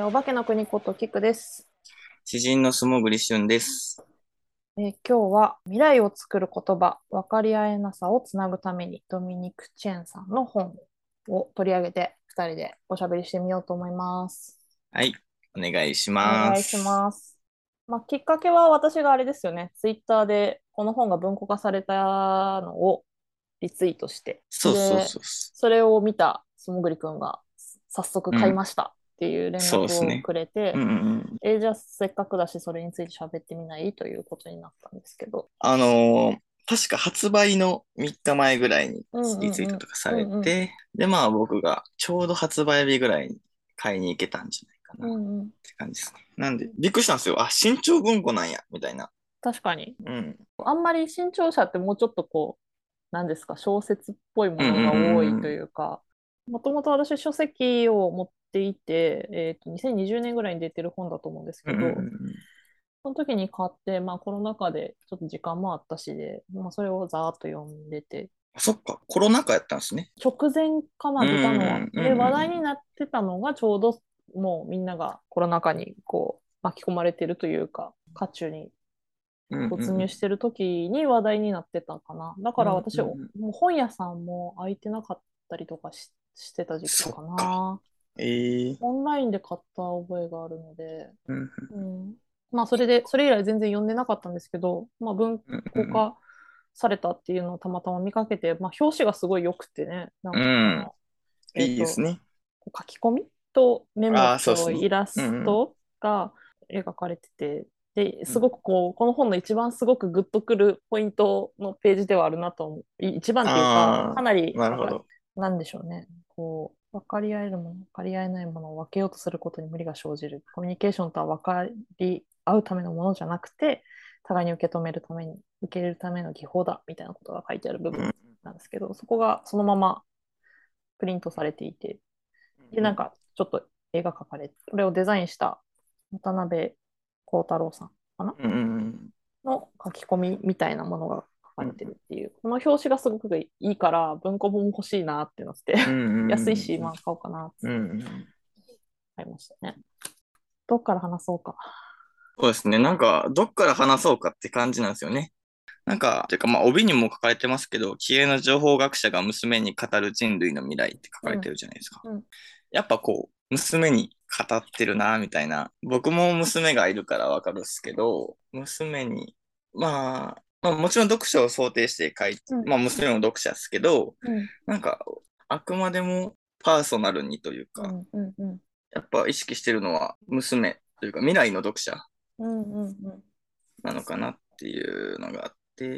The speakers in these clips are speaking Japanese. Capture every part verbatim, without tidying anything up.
ーお化けの国ことキクです。 詩人の素潜り俊です。 えー今日は未来を作る言葉、分かり合えなさをつなぐためにドミニク・チェンさんの本を取り上げてふたりでおしゃべりしてみようと思います。 はい、お願いしお願いします。 ます。まあ、きっかけは私があれですよね、ツイッターでこの本が文庫化されたのをリツイートして、 そうそうで、 そうそそれを見た素潜りくんが早速う。うん、 買いましたっていう連絡をそうですね。 くれて、 うんうんうん。 えーじゃあせっかくだしそれについて喋ってみないということになったんですけど。 あのー確か発売のみっかまえぐらいにうんうリツイーんうん。 トとかさうんうん。 れて、で、まあ僕がちょうど発売日ぐらいに買いに行けたんじゃないかなっうんうん。 て感じですね。なんで、びっくりしたんですよ。あ、新潮文庫なんや、みたいな。 確かに。 うん。 あんまり新潮社ってもうちょっとこう、なんですか、小説っぽいもうんうんのが多いとうんうん。 いうか、もともと私書籍を持っていて、えっと、にせんにじゅうねんぐらいに出てる本だと思うんですうんうんうけど、 ん。 その時に買って、まあコロナ禍でちょっと時間もあったしで、まあそれをざーっと読んでて、 あ、そっか、コロナ禍やったんですね。 直前かな、 うん出たのは。 うんうんで、話題にうんなってたのがちょうどもうみんながコロナ禍にこう巻き込まれてるというか、渦中にうんうん突入しうんてる時に話題になってたかな。だから私、 うんうんうん。 もう本屋さんも空いてなかったりとかし、してた時期そっかか。 な。 ええ、 オンラインで買った覚えがあるので、 うんうん。まあ、それで、それ以来全然読んでなかったんですけど、まあ、文うんうん庫化されたっていうのをたまたま見かけて、まあ、表紙がすごい良くてね、なうん。 んかこうん。 の、えっと、 いいですね。 書き込みとメモああ、そうですね。 とイラうんうん。 ストが描かれてて、で、すうん、 ごくこう、この本の一番すごくグッとくるポイントのページではあるなと思う。い一番っていうか、 ああ、 かなり、なんか、 なるほど。 なんでしょうね。こう、分かり合えるもの、分かり合えないものを分けようとすることに無理が生じる。コミュニケーションとは分かり合うためのものじゃなくて、互いに受け止めるために、受け入れるための技法だ、みたいなことが書いてある部分うんなんですけど、そこがそのままプリントされていて、で、 うんなんか、ちょっと絵が描かれて、これをデザインした渡辺幸太郎さんかなうんうんの書き込みみたいなものが書かれてうんるっていう。この表紙がすごくいいから、文庫本欲しいなってなって、 うんうん安いし、まあ買おうかなってうんうん。 買いましたね。どっから話そうか。 そうですね。なんか、どっから話そうかって感じなんですよね。なんか、ていうか、まあ、帯にも書かれてますけど、気鋭の情報学者が娘に語る人類の未来って書かうん、 れてるじゃないですか。 うん、 やっぱこう、娘に語ってるな、みたいな。僕も娘がいるからわかるっすけど、娘に、まあ、まあもちろん読書を想定して書いて、 うん、 まあ娘も読者ですけど、 うん、 なんか、あくまでもパーソナルにというか、 うん、うん、うん、 やっぱ意識してるのは娘というか未来の読者うん、うん、うん、 なのかなっていうのがあって、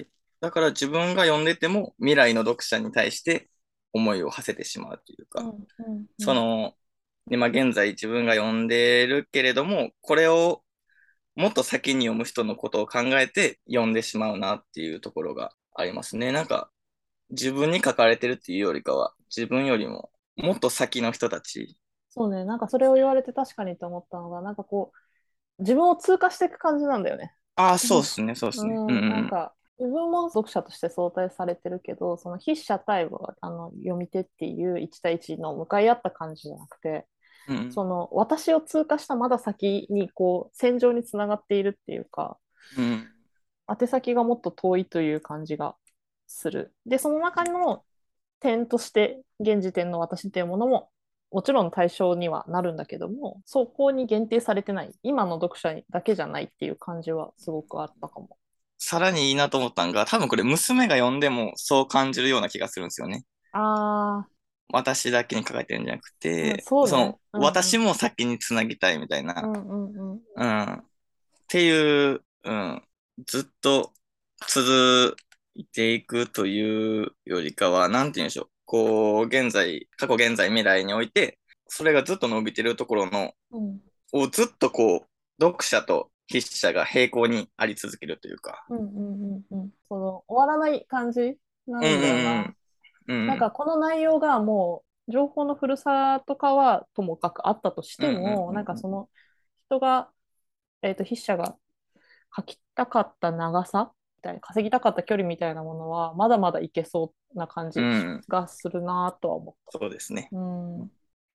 だから自分が読んでても未来の読者に対して思いを馳せてしまうというか、 うん、うん、うん、 その、今現在自分が読んでるけれども、これをもっと先に読む人のことを考えて読んでしまうなっていうところがありますね。なんか自分に書かれてるっていうよりかは、自分よりももっと先の人たち。 そうね、なんかそれを言われて確かにと思ったのが、なんかこう、自分を通過していく感じなんだよね。 ああ、 うんそうですね、そうですね。うんううん、なんんか、自分も読者として相対されてるけど、その筆者対あの読み手っていういち対いちの向かい合った感じじゃなくて、 うん。うんその私を通過したまだ先にこう戦場につながっているっていうか、 うん。 宛先がもっと遠いという感じがする。で、その中の点として現時点の私っていうものももちろん対象にはなるんだけども、そこに限定されてない、今の読者だけじゃないっていう感じはすごくあったかも。 さらにいいなと思ったのが、多分これ娘が読んでもそう感じるような気がするんですよね。 あ私だけに書かれてるんじゃなくあ、うん、 て、 そうね。 その、 うんうん。 私も先につなぎたいみたいな、 うんうんうん。 うん、っていう、うん、ずっと続いていくというよりかは、なんて言うんでしょう。こう、現在、過去、現在、未来において、それがずっと伸びてるところの、 うんをずっとこう、読者と筆者が並行にあり続けるというか。 うんうんうんうん。その終わらない感じなうんんだよな。 うんうん。うん。 なんかこの内容がもう情報の古さとかはともかくあったとしうんうても、なんんうんかその人が、えっと、筆者が書きたかった長さみたいな、稼ぎたかった距離みたいなものは、まだまだいけそうな感じうん。うん。 がするなとは思った。 そうですね。 うん。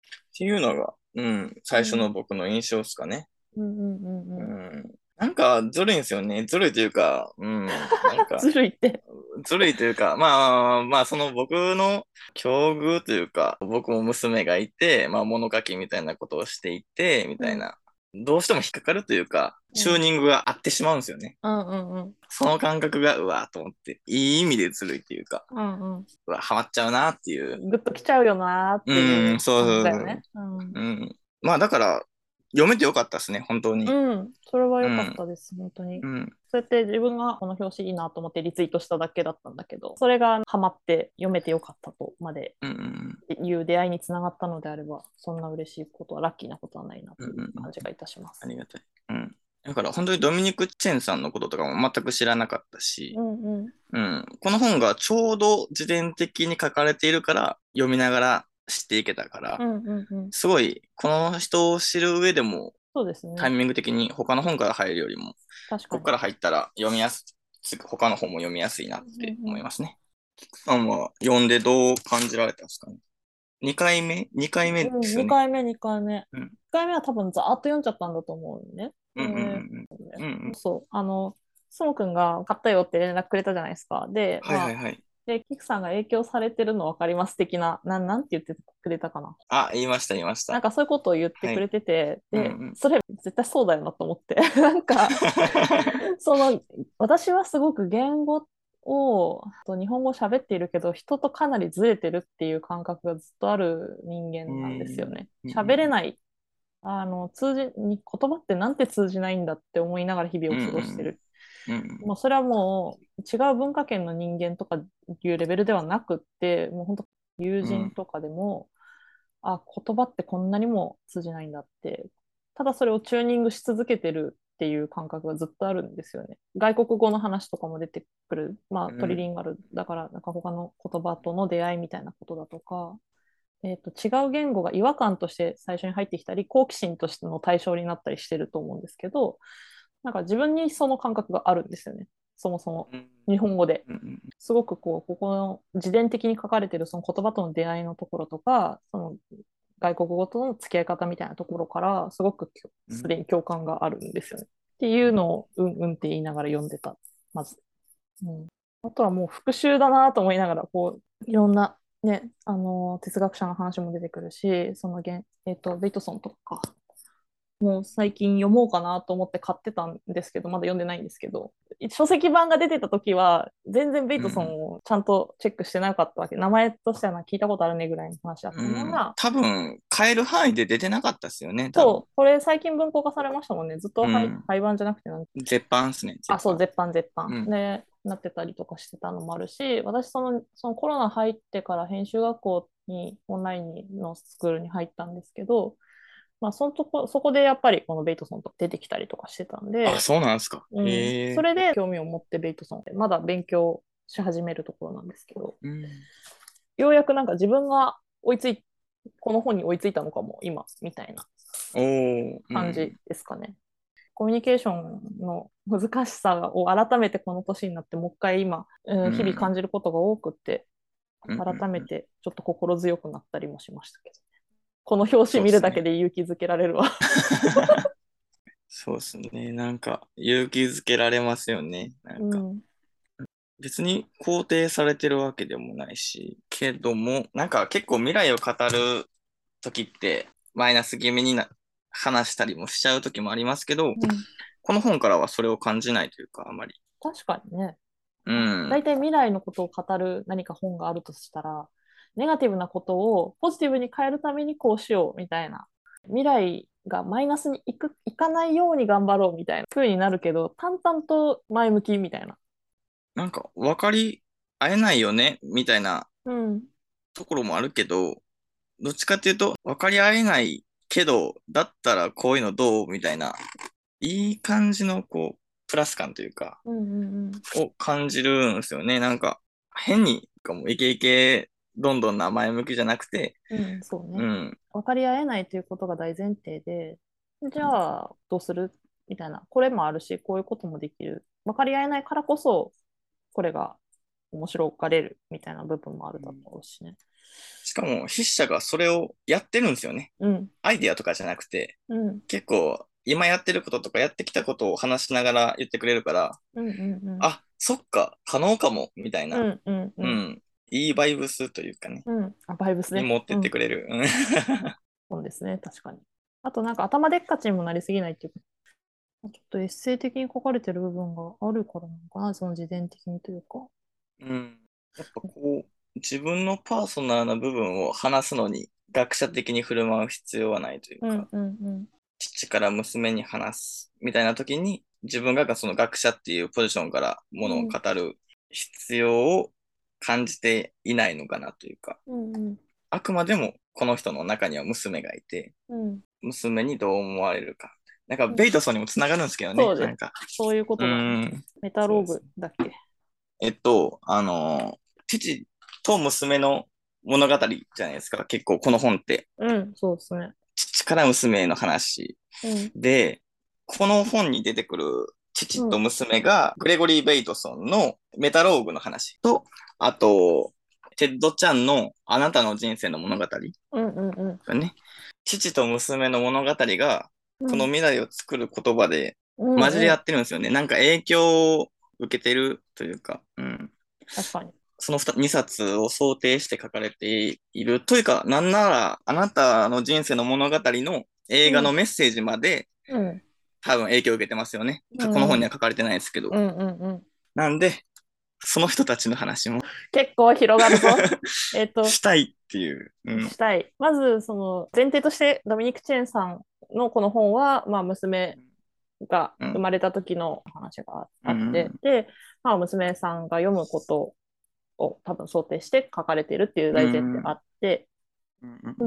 ていうのが、うん、最初うん、 の僕の印象ですかね。 うんうんうんううん。 ん。なんか、ずるいんですよね。ずるいというか、うん、なんか、 ずるいって。 ずるいというか、まあ、まあ、その僕の境遇というか、僕も娘がいて、まあ、物書きみたいなことをしていて、みうん、 たいな、どうしても引っかかるというか、チューうん、 ニングが合ってしまうんですよね。 うんうんうん。 その感覚が、うわーと思って、いい意味でずるいというか、 うんうん。 うわ、ハマっちゃうなっていう。 グッときちゃうよなーっていうん、 う感じそうそうそう。 だよね。うん。 うん。まあ、だから、読めてよかったですね、本当に。 うん。それは良かっうん、 たです、本当に。 うん、 そうやって自分がこの表紙いいなと思ってリツイートしただけだったんだけど、それがハマって読めてよかったとまでうん、うん、 いう出会いにつながったのであれば、そんな嬉しいことは、ラッキーなことはないなうん、 といううん。 感じがいたします。 ありがたい。うん。だから本当にドミニク・チェンさんのこととかも全く知らなかったし、 うんうん。 うん。この本がちょうど自伝的に書かれているから読みながら知っていけたから、 うんうんうん。 すごいこの人を知る上でもそうですね。 タイミング的に他の本から入るよりも、 確かに。 ここから入ったら読みやす他の本も読みやすいなっうんてうん。 思いますね。さんは読んでどう感じられたんですかね？ に 回目 ?に 回目でうん、 すよね。 2回目、にかいめ。 うん。 いっかいめは多分ざーっと読んじゃったんだと思うね。 うんうんで、 うんうん。うんうん。 そう、あの、スモくんが買ったよって連絡くれたじゃないですか。で、まあ、 はいはいはい。 で、キクさんが影響されてるの分かります的な、なん、なんて言ってくれたかな。 あ、言いました、言いました。 なんかそういうことを言ってくれはい。 てて、で、 うんうん。 それ絶対そうだよなと思って。なんか、その、私はすごく言語を、と日本語喋っているけど、人とかなりずれてるっていう感覚がずっとある人う間なんですよん。 ね。 うんうん喋れない。あの、通じ、に言葉ってなんて通じないんだって思いながら日々 うん。 を過ごしてる。 うんうんもうそれはもう違う文化圏の人間とかいうレベルではなくって、もう本当友うん。 人とかでも、あ、言葉ってこんなにも通じないんだって、ただそれをチューニングし続けてるっていう感覚がずっとあるんですよね。外国語の話とかも出てくる、まあうん。 トリリンガルだから、なんか他の言葉との出会いみたいなことだとか、えーと、違う言語が違和感として最初に入ってきたり、好奇心としての対象になったりしてると思うんですけど、なんか自分にその感覚があるんですよね。そもそもうん。 日本語で。 うん。 すごくこう、ここの自伝的に書かれてるその言葉との出会いのところとか、その外国語との付き合い方みたいなところから、すごくすでに共感があるんですよね。っていうのを、うんうんって言いながら読んでた、まず。うん、あとはもう復習だなと思いながら、こう、いろんな、ね、あの、哲学者の話も出てくるし、その現、えっと、ベイトソンとか、もう最近読もうかなと思って買ってたんですけど、まだ読んでないんですけど、書籍版が出てた時は、全然ベイトソうん。 ンをちゃんとチェックしてなかったわけ。名前としては聞いたことあるねぐらいの話だっうん。 たのが、 多分、変える範囲で出てなかったですよね、多分。 そう、これ最近文庫化されましたもんね。ずっと廃うん。 廃盤じゃなくてなん絶版っすね、 あ、そう、 絶版。 絶版絶版うん。 でなってたりとかしてたのもあるし、私その、そのコロナ入ってから編集学校にオンラインのスクールに入ったんですけど、まあそのとこ、そこでやっぱりこのベイトソンと出てきたりとかしてたんあ、 で、 そうなんですか。 うん、 へえ。 それで興味を持ってベイトソンで、まだ勉強し始めるところなんですけど、 うん。 ようやくなんか自分が追いつい、この本に追いついたのかも、今、みたいなおー。う感じん。 ですかね。コミュニケーションの難しさを改めてこの年になってもう一回今、うん、日々 うん。 感じることが多くってうん。 改めうん。 てちょっと心強くなったりもしましたけど、この表紙見るだけそうっすね。 で勇気づけられるわ。 そうっすね。なんか、勇気づけられますよね。なんか。 うん、 別に肯定されてるわけでもないし、けども、なんか結構未来を語る時って、マイナス気味にな話したりもしちゃう時もありますけど、 うん、 この本からはそれを感じないというか、あまり。 確かにね。 うん。 大体未来のことを語る何か本があるとしたら、ネガティブなことをポジティブに変えるためにこうしようみたいな。未来がマイナスにいく、いかないように頑張ろうみたいな風になるけど、淡々と前向きみたいな。 なんか分かり合えないよね、みたいなうん。 ところもあるけど、どっちかっていうと、分かり合えないけど、だったらこういうのどうみたいな、いい感じのこう、プラス感というか、 うんうんうん。 を感じるんですよね。なんか、変に、かもうイケイケ、どんどんな前向きじゃなくて、 うん、そうね。 うん、 分かり合えないということが大前提で、じうん、 ゃあどうするみたいな。これもあるし、こういうこともできる。分かり合えないからこそ、これが面白がれるみたいな部分もあるだろうしね。 しかも筆者がそれをやってるんですよね。 うん。 アイディアとかじゃなくて、 うん。 結構今やってることとかやってきたことを話しながら言ってくれるから、 うん。うん。 あ、そっか、可能かも、みたいな、 うん。うん。うん。 うん、いいバイブスというかね、 うん。あ、バイブスね。 に持ってうん。 ってくれる。うん。 そうですね。確かに。あとなんか頭でっかちにもなりすぎないっていうか、ちょっとエッセイ的に書かれてる部分があるからなのかな、その自伝的にというか。 うん。やっぱこう、自分のパーソナルな部分を話すのに、学者的に振る舞う必要はないというか、 うん。うん。うん。 父から娘に話すみたいな時に、自分がその学者っていうポジションからものをうん。 語る必要を感じていないのかなというか、 うん。うん。 あくまでもこの人の中には娘がいて、 うん。 娘にどう思われるか。なんか、 うん。 ベイトソンにもつながるんですけどね。 そうです。 なんか、 そういうこうーとだね。 ん、 メタローグそうです。 だっけ。 えっと、あの、父と娘の物語じゃないですか。結構この本って。 うん、そうですね。 父から娘への話うん。 で、この本に出てくる父とうん。 娘がグレゴリー・ベイトソンのメタローグの話と、あと、テッドちゃんのあなたの人生の物語うん。うん。うん。 がね、父と娘の物語がこのうん。 未来を作る言葉でうん。 混じり合うん。 ってるんですよね。なんか影響を受けてるというか、うん。 確かに。 そのにさつを想定して書かれているというか、なんならあなたの人生の物語の映画のうん。 メッセージまでうん。 多分影響を受けてますよね。 うん。 この本にうん。 は書かれてないですけど。 うん。うん。うん。 なんで、その人たちの話も結構広がるぞ。えっと、 したいっていう。うん。 したい。まず、その前提としてドミニク・チェンさんのこの本は、まあ、娘がうん。 生まれた時の話がうあって、 ん。 で、まあ、娘さんが読むことを多分想定して書かれているっていうう大前提あん。 って、 うん。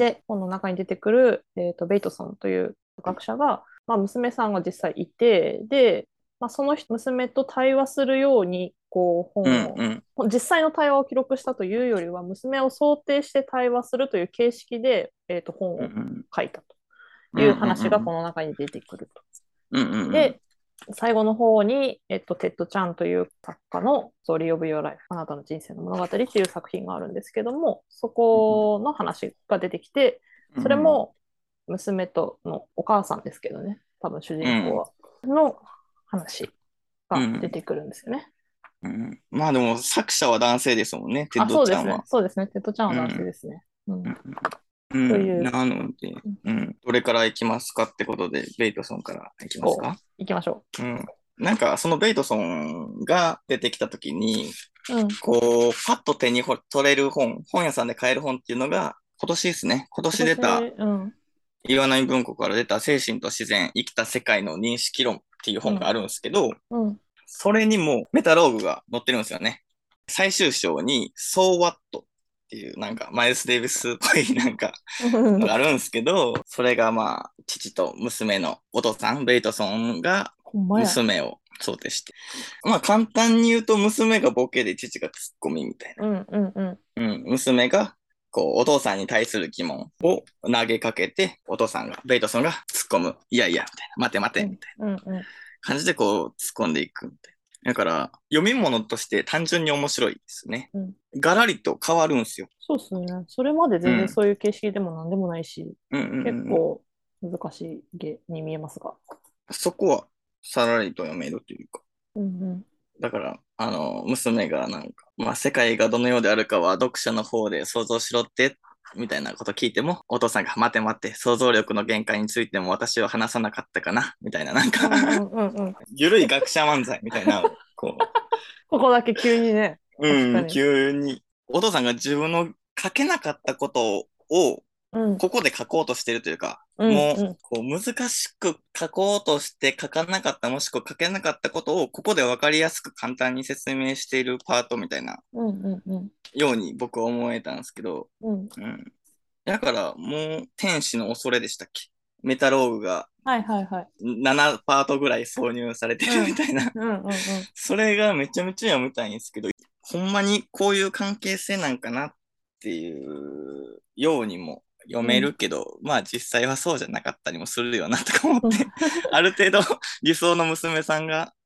で、この中に出てくる、えーと、ベイトソンという学者が、まあ、娘さんが実際いて、で、まあ、その娘と対話するように、こう、 うん。 本を、 うん。 実際の対話を記録したというよりは、娘を想定して対話するという形式で、えーと、本をうん。 書いたとうん。 いう話がこうん。 の中に出てくると。 うん。うん。 で、最後の方に、えっと、テッド・チャンという作家の「ストーリー・オブ・ヨー・ライフ」あなたの人生の物語っていう作品があるんですけども、そこの話が出てきて、それも娘とのお母さんですけどね、多分主うん。 人公は、の話うん。 が出てくるんですよね。 うん。まあでも作者は男性ですもんね、テッあ、そうですね。 ドちゃんは。 そうですね。テッド・チャンは男性うん。 ですね。うん。 うん。 という、 なので、うん。どれから行きますかってことで、ベイトソンから行きますお、 か？ 行きましょうん。なんか、そのベイトソンが出てきたときに、 う。うん。 こう、パッと手にほ取れる本、本屋さんで買える本っていうのが、今年ですね。今年出今年、 た、 うん。 岩波文庫から出た精神と自然、生きた世界の認識論っていううん。 本があるんですけど、 うん。 それにもメタローグが載ってるんですよね。最終章に、So What? っていう、なんか、マイルス・デイビスっぽいなんか、のがあるんですけど、それがまあ、父と娘のお父さん、ベイトソンがほんまや。 娘を想定して。まあ、簡単に言うと、娘がボケで父がツッコミみたいうん。うん。うん。 な。うん、娘が、こう、お父さんに対する疑問を投げかけて、お父さんが、ベイトソンが突っ込む。いやいや、みたいな。待て待て、みうん。 たいうん。うん。 な感じでこう、突っ込んでいくみたいな。だから、読み物として単純に面白いですね。 うん。 ガラリと変わるんですよ。 そうっすね。それまで全然うん。 そういう形式でも何でもないし、 うんうんうんうん。 結構難しい芸に見えますが。 そこは、さらりと読めるというか。 うんうん。 だから、あの、娘がなんか、まあ、世界がどのようであるかは読者の方で想像しろって、みたいなこと聞いても、お父さんが待て待って、想像力の限界についても私は話さなかったかな、みたいな、なんかうんうんうんうん。 ゆるい学者漫才みたいな、こここだけ急にね、 う、うん、 確かに。 急に、お父さんが自分の書けなかったことを、 うんここで書こうとしてるというか、もう、 うんうんこう、難しく書こうとして書かなかった、もしくは書けなかったことを、ここでわかりやすく簡単に説明しているパートみたいな、 うんうんうんように僕は思えたんですけど、 うん。 うん。だからもう天使の恐れでしたっけ？メタローグがはいはいはい。 ななパートぐらい挿入されてるみうんたいな。 うんうんうん。 それがめちゃめちゃ読みたいんですけど、ほんまにこういう関係性なんかなっていうようにも読めうんるけど、まあ実際はそうじゃなかったりもするよなとか思っうん。 て、ある程度理想の娘さんが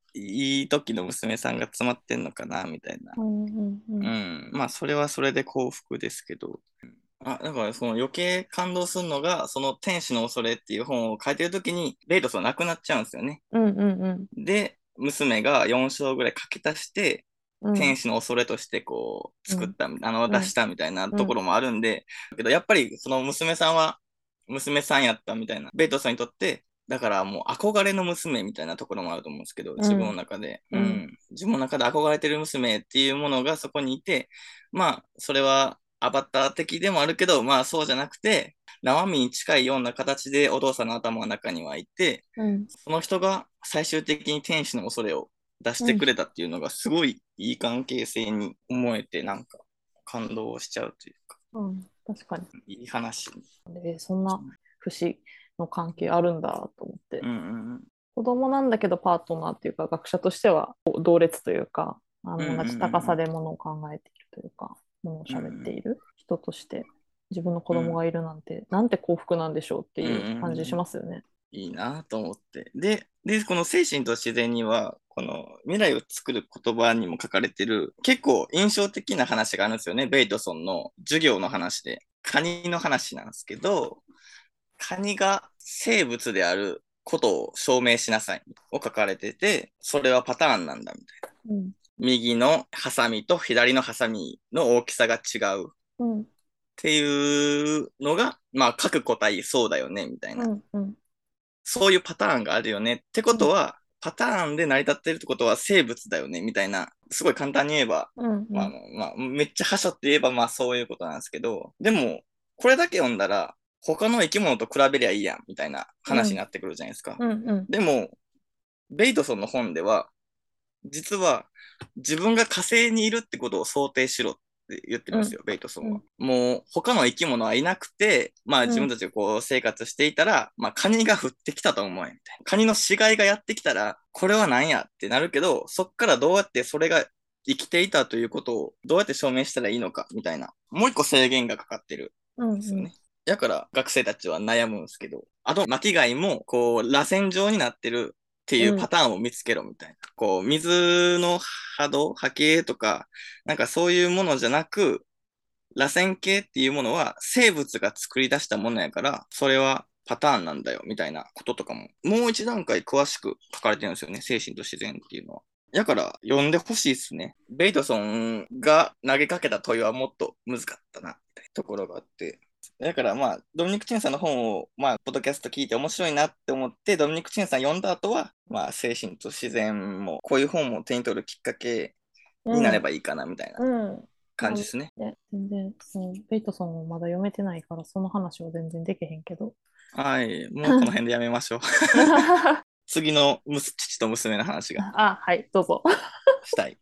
いい時の娘さんが詰まってんのかな、みたいな。 うんうんううんん。まあ、それはそれで幸福ですけど。あ、だからその余計感動するのが、その天使の恐れっていう本を書いてる時に、ベイトソン亡くなっちゃうんですよね。 うんうんうんで、娘がよん章ぐらい書き足して、 うん天使の恐れとしてこう、 うん作った、あの、 うん出したみたいなうんところもあるんで、だけどやっぱりその娘さんは、娘さんやったみたいな、ベイトソンにとって、だからもう憧れの娘みたいなところもあると思うんですけど、自分の中で。ううんん。自分の中で憧れてる娘っていうものがそこにいて、まあ、それはアバター的でもあるけど、まあそうじゃなくて、生身に近いような形でお父さんの頭の中にはいて、 うんその人が最終的に天使の恐れを出しうんてくれたっていうのがすごいいい関係性に思えて、なんか感動しちゃうというか、 うん確かに。 いい話。 で、そんな節の関係あるんだと思って。 うんうん子供なんだけどパートナーっていうか、学者としては同列というか、あうん。うんうんの同じ高さでものを考えているというか、ものをうんう喋っていん。 る人として、自分の子うん供がいるなんて、なんて幸福なんでしょうってうんういう感じしん。 ますよね。 いいなと思って。で、で、この精神と自然には、この未来を作る言葉にも書かれてる、結構印象的な話があるんですよね。ベイトソンの授業の話で。カニの話なんですけど、カニが生物であることを証明しなさいを書かれてて、それはパターンなんだみたいな。 うん右のハサミと左のハサミの大きさが違うっうんていうのが、まあ各個体そうだよねみたいうな。 んうんそういうパターンがあるよねってこうんとは、パターンで成り立ってるってことは生物だよねみたいな。すごい簡単に言えば、まあうんうんまあ、めっちゃはしょって言えばまあそういうことなんですけど、でも、これだけ読んだら、他の生き物と比べりゃいいやんみたいな話になってくるじゃないですか。 うんうんでも、ベイトソンの本では、実は自分が火星にいるってことを想定しろって言ってるんですよ、ベイトソンは。もう他の生き物はいなくて、まあ自分たちがこう生活していたら、まあカニが降ってきたと思え、みたいな。カニの死骸がやってきたら、これは何やってなるけど、そっからどうやってそれが生きていたということをどうやって証明したらいいのか、みたいな。もう一個制限がかかってるうんうんんですよね。だから学生たちは悩むんですけど、あと巻き貝もこう螺旋状になってるっていうパターンを見つけろみたいな。こう水の波動、波形とか、なんかそういうものじゃなく、螺旋形っていうものは生物が作り出したものやから、それはパターンなんだよみたいなこととかも、もう一段階詳しく書かれてるんですよね。精神と自然っていうのは。だから読んでほしいですね。ベイトソンが投げかけた問いはもっと難かったな、みたいなところがあって。だからまあ、ドミニク・チェンさんの本を、まあ、ポッドキャスト聞いて面白いなって思って、ドミニク・チェンさん読んだ後は、まあ、精神と自然も、こういう本も手に取るきっかけになればいいかな、みたいなうんうん感じですね。 ね、全然、そのベイトソンもまだ読めてないから、その話は全然できへんけど。 はい、もうこの辺でやめましょう。次のむす父と娘の話があ、はい、どうぞ。 したい。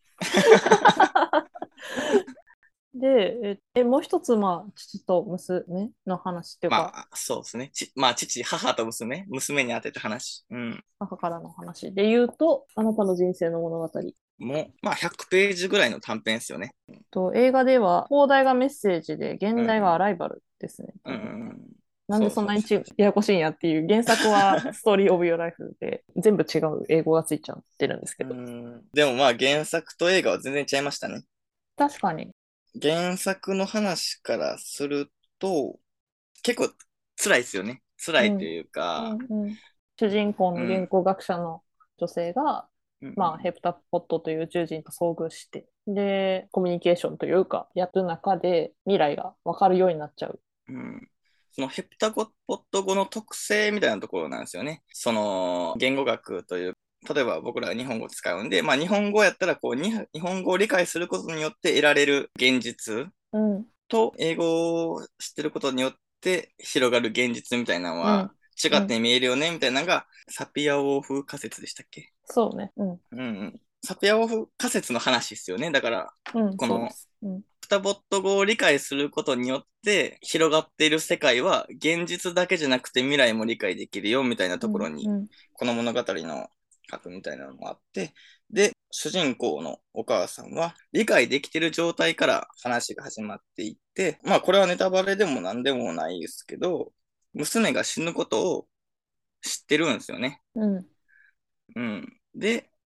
で、え、えもう一つ、まあ、父と娘の話っていうか、 まあ、そうですね。ちまあ、父、母と娘、娘に当てた話。うん。 母からの話で言うと、あなたの人生の物語。 もう、まあ、ひゃくページぐらいの短編ですよね。 と、映画では、放題がメッセージで、現代がアうんライバルですね。 うん。うんうんうん。 なんでそんなにちそうそうそう。 ややこしいんやっていう、原作はストーリーオブヨーライフで、全部違う英語がついちゃってるんですけうど。 ん。でもまあ、原作と映画は全然違いましたね。 確かに。 原作の話からすると、結構辛いですよね。辛うん。 いというか、 うんうん、主人公の言うん。 語学者の女性が、 うんまあ、ヘプタポットという宇宙人と遭遇して、で、コミュニケーションというか、やる中で未来が分かるようになっちゃう。 うん。そのヘプタポット語の特性みたいなところなんですよね。その言語学という、例えば僕らが日本語を使うんで、まあ日本語やったらこうに日本語を理解することによって得られる現実うん、 と英語を知ってることによって広がる現実みたいなのうん、 は違うん。 って見えるよねみたいなのがサピアオーフ仮説でしたっけ？ そうね。うん、 うんうん。サピアオーフ仮説の話ですよね。だから、 うん、 このそうです。うん、 フタボット語を理解することによって広がっている世界は現実だけじゃなくて未来も理解できるよみたいなうん、 ところに、 うん、 この物語の核みたいなのもあって、で、主人公のお母さんは理解できている状態から話が始まっていって、まあこれはネタバレでも何でもないですけど、娘が死ぬことを知ってるんですよね。 うん、 うん。で、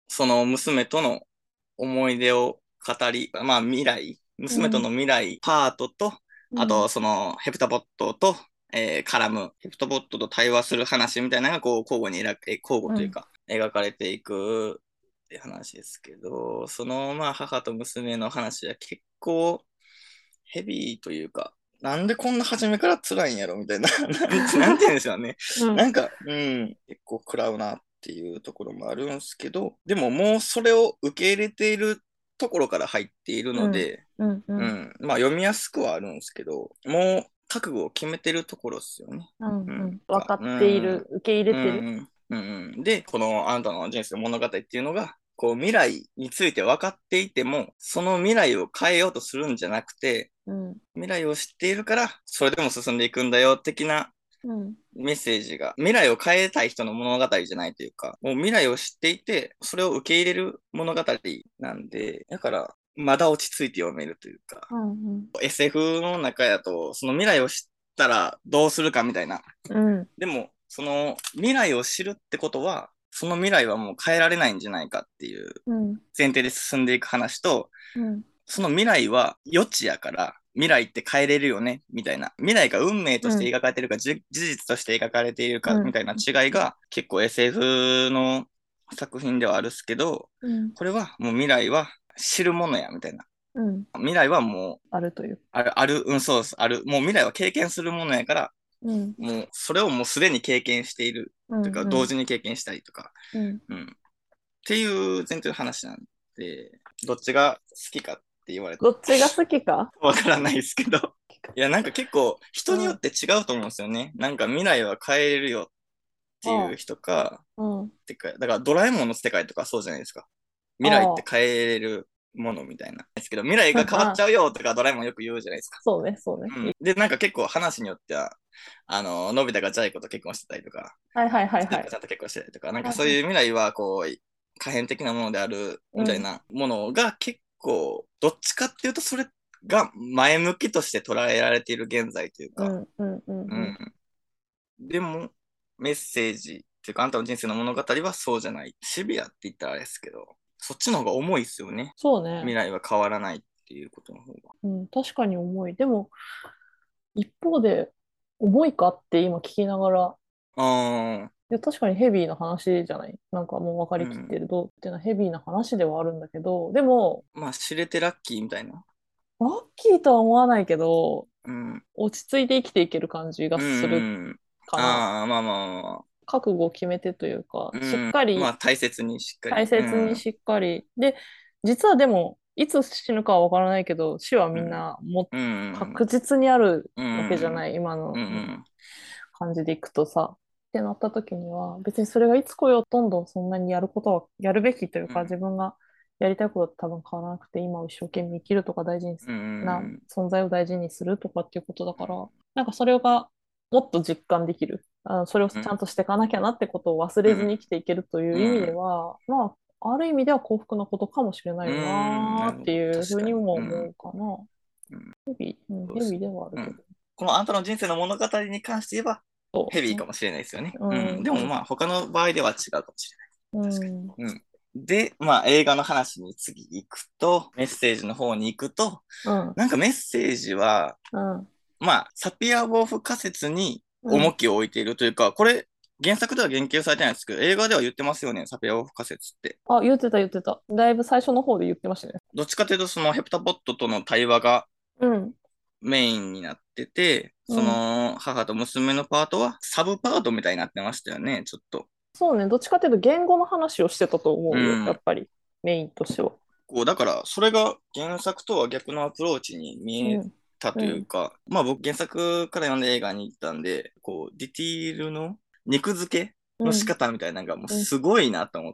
その娘との思い出を語り、まあ未来、娘との未来パートと、 うん。 あとそのヘプタボットと、えー絡む、ヘプタボットと対話する話みたいなのがこう交互に描く、え交互うん。 というか描かれていくって話ですけど、そのまあ母と娘の話は結構ヘビーというか、なんでこんな初めから辛いんやろみたいな、なんて、なんて言うんでしょうね。 うん。 なんか、うん、結構食らうなっていうところもあるんですけど、でももうそれを受け入れているところから入っているうん。 ので、 うん。うん。 うん、まあ読みやすくはあるんですけど、もう覚悟を決めてるところですよね。 うん。 うん、 うん。分かうっていん、 る、受け入れうてる。 ん、うん、うん。で、このあなたの人生の物語っていうのが、こう未来について分かっていても、その未来を変えようとするんじゃなくて、 うん。 未来を知っているから、それでも進んでいくんだよ、的なうん。 メッセージが、未来を変えたい人の物語じゃないというか、もう未来を知っていて、それを受け入れる物語なんで、だから、まだ落ち着いて読めるというか、 うん。 エスエフ の中やと、その未来を知ったらどうするかみたいな。 うん。 でも、その未来を知るってことは、その未来はもう変えられないんじゃないかっていううん。 前提で進んでいく話と、 うん。 その未来は余地やから、未来って変えれるよね、みたいな。未来が運命としてうん。 描かれているか、じ事実として描かれているか、みうん。 たいな違いが結構 エスエフ の作品ではあるっすけど、 うん。 これはもう未来は知るものや、みたいな。 うん。 未来はもう、 あるという。 ある、ある、うん、そうです。ある。もう未来は経験するものやから、 うん。 もうそれをもうすでに経験している。というか、 うん。うん。 同時に経験したりとか。 うん。 うん。っていう前提の話なんで、どっちが好きかって言われてどっちが好きか。 わからないですけど。いや、なんか結構人によっうん。 て違うと思うんですよね。なんか未来は変えれるよっていあう人か、 あ。うん。 てか、だからドラえもんの世界とかそうじゃないですか。未来ってあ変えれるものみたいな。ですけど、未来あ。 が変わっちあ、 ゃうよとかドラえもんよく言うじゃないですか。 そうね、そうね。 うん。で、なんか結構話によっては、あの、のび太がジャイ子と結婚してたりとか、 はいはいはいはい。 スーパーちゃんと結婚してたりとか、なんかはいはい。 そういう未来はこう、可変的なものであるみたいうん。 なものが結構、どっちかっていうとそれが前向きとして捉えられている現在というか、 うん。うん。うん。うん。 うん。でも、メッセージっていうか、あんたの人生の物語はそうじゃない。シビアって言ったらあれですけど、そっちの方が重いですよね。 そうね。 未来は変わらないっていうことの方が。 うん。確かに重い。でも、一方で、重いかって今聞きながら、 ああ、 いや、確かにヘビーな話じゃない。なんかもう分かりきってうん。 るとっていうのはヘビーな話ではあるんだけど、でも、 まあ、知れてラッキーみたいな。 ラッキーとは思わないけど、 うん。 落ち着いて生きていける感じがうするん。 かな。 ああ、まあまあまあまあ。 覚悟を決めてというか、しっうん。まあ、 かり、 大切にしっか大り。うん。 切にしっかり。で、実はでも、いつ死ぬかは分からないけど、死はみんうん。 なもうん。 確実にあるうん。 わけじゃない、今うのん。 感じでいくとさ。ってなった時には、別にそれがいつ来ようとどんどんそんなにやることは、やるべきというか、 うん。 自分がやりたいことと多分変わらなくて、今を一生懸命生きるとか大事にうなん。 存在を大事にするとかっていうことだから、なんかそれがもっと実感できる。あのそれをちうん。 ゃんとしていかなきゃなってことを忘うん。 れずに生きていけるという意味でうん。 は、まあ、ある意味では幸福なことかもしれなういよん。 なーってなるほど。 いうふうに確かに。うん。 も思うかな。 うん。 ヘビー、うん、 そうですね。 ヘビーではあるけど。 うん。このあんたの人生の物語に関して言えば、 そうね。 ヘビーかもしれないですよね。 ううん。 ん、 でもそう。 まあ、他の場合では違うかもしれない。 う確かん、 に。うん。で、まあ、映画の話に次行くと、メッセージの方に行くと、 うん、 なんかメッセージは、 うん、 まあ、サピア・ウォーフ仮説にうん。 重きを置いているというか、これ、原作では言及されてないんですけど、映画では言ってますよね、サピア・ウォーフ仮説って。 あ、言ってた言ってた。だいぶ最初の方で言ってましたね。 どっちかというと、そのヘプタボットとの対話がうん、 メインになってて、そうん。 の母と娘のパートはサブパートみたいになってましたよね、ちょっと。 そうね。どっちかっていうと言語の話をしてたと思うよ。やうん。 っぱり。メインとしては。 こう、だから、それが原作とは逆のアプローチに見えうん、 たとうん、 いうか、まあ僕原作から読んで映画に行ったんで、こう、ディティールの肉付けの仕うん、 方みたいなのがもううん、 すごいなと思って、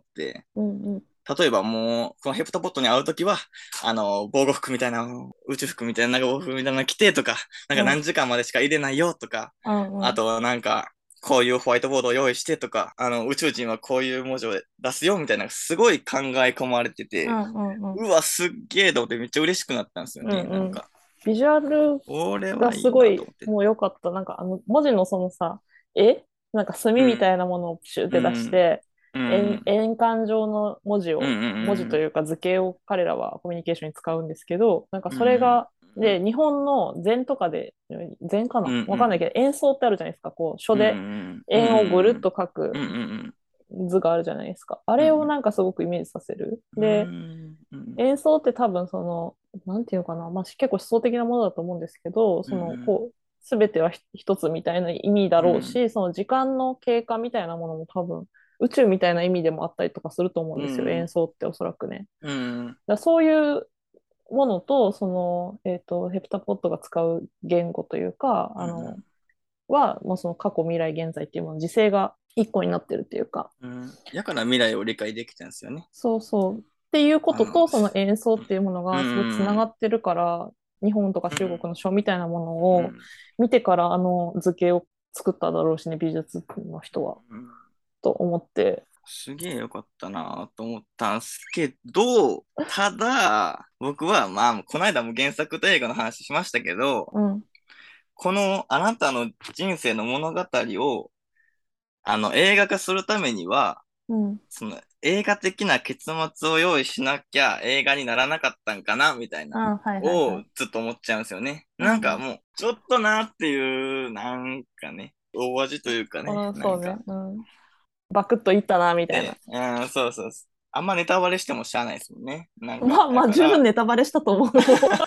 うん、うん、 例えばもう、このヘプタポットに会うときは、あの、防護服みたいな、宇宙服みたいな、長防服みたいなの着てとか、なんかうん、 何時間までしか入れないよとか、 うん、うん、 あとなんか、こういうホワイトボードを用意してとか、あの、宇宙人はこういう文字を出すよみたいな、すごい考え込まれてて、 うん、うん、 うわ、すっげえと思ってめっちゃ嬉しくなったんですよね、 うん、うん。 なんか。 ビジュアルがこれはいすごいいなと思って。 もう良かった。なんかあの文字のそのさ、絵なんか墨みうん、 たいなものをプシュって出しうん、 て、 円円環上の文字を、 うんうん文字というか図形を彼らはコミュニケーションに使うんですけど、なんかうんそれが、 うんで、日本の禅とかで、禅かなうんわかんないけど、演奏ってあるじゃないですか。こう、書うんうでんうん円をぐるっうんと書くうんうん図があるじゃないですか。あれをうんなんかすごくイメージさせる。 うんで、 うん演奏って多分その、なんていうのかな、まあ、結構思想的なものだと思うんですけど、その、 うんこう、すべては一つみたいな意味だうんろうし、その時間の経過みたいなものも多分、宇宙みたいな意味でもあったりとかすると思うんですよ、演うん奏っておそらくね。 うんだからそういうものと、その、えっと、ヘプタポットが使う言語というか、あの、は、まあ、その過去、未来、現在っていうもの、時勢が一個になってるっていうか、 うんやから未来を理解できたんですよね。 そうそう。っていうこあの、 とと、その演奏っていうものうがすごくつながんってるから、日本とか中国の書みたいなものをうん見てからあの図形を作っただろうしね、美術の人は、 うんと思って。 すげえよかったなと思ったんすけど、ただ、僕は、まあ、この間も原作と映画の話しましたけど、 うん。 このあなたの人生の物語を、あの、映画化するためには、 うん。 その映画的な結末を用意しなきゃ映画にならなかったんかな、みたいな、 あ、はいはいはをい。 ずっと思っちゃうんですよね。なんかうん。 もう、ちょっとなっていう、なんかね、大味というかね、 うん、そうね。 なんか、 うん。バクッといったな、みたいな。 で、うん、そうそうそう。あんまネタバレしてもしゃあないですもんね。なんか、 まあまあ、十分だから、 ネタバレしたと思う。もう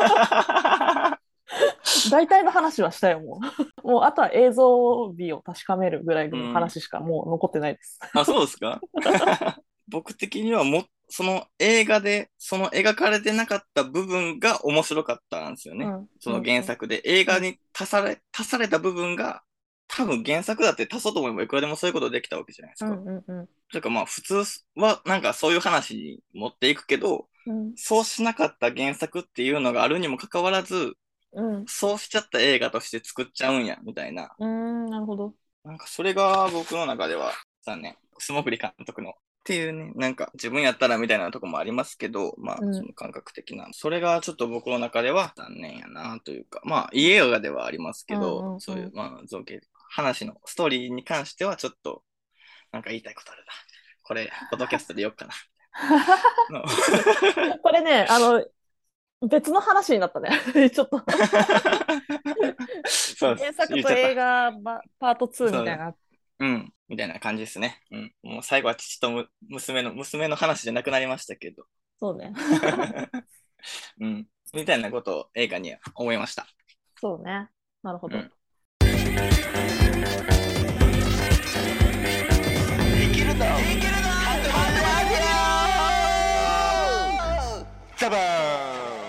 大体の話はしたよ、もう。もう、あとは映像美を確かめるぐらいのうん。 話しかもう残ってないです。 あ、そうですか？僕的にはも、その映画で、その描かれてなかった部分が面白かったんですよね。 うん。 そのうん。 原作で。映うん。 画に足され、足された部分が、多分原作だって足そうと思えばいくらでもそういうことできたわけじゃないですか。 うん。うん。 というかまあ普通はなんかそういう話に持っていくけど、 うん。 そうしなかった原作っていうのがあるにもかかわらず、 うん。 そうしちゃった映画として作っちゃうんや、みたいな。 うーん、なるほど。 なんかそれが僕の中では残念。素潜り監督の。っていうね、なんか自分やったらみたいなとこもありますけど、まあうん。 その感覚的な。それがちょっと僕の中では残念やなというか、まあいい映画ではありますうけど、 ん。うん。 そういう、まあ造形、話のストーリーに関してはちょっとなんか言いたいことあるな。これ、ポッドキャストでよっかな。のこれね、あの、別の話になったね。ちょっとそうです。 原作と言っちゃった。 映画ばパートツーそう。 みたいな。 うん。みたいな感じですね。うん。もう最後は父とむ娘の、娘の話じゃなくなりましたけど。 そうね。 うん。みたいなことを映画には思いました。 そうね。なるほど。 うん。生きるぞ生きるぞザバーン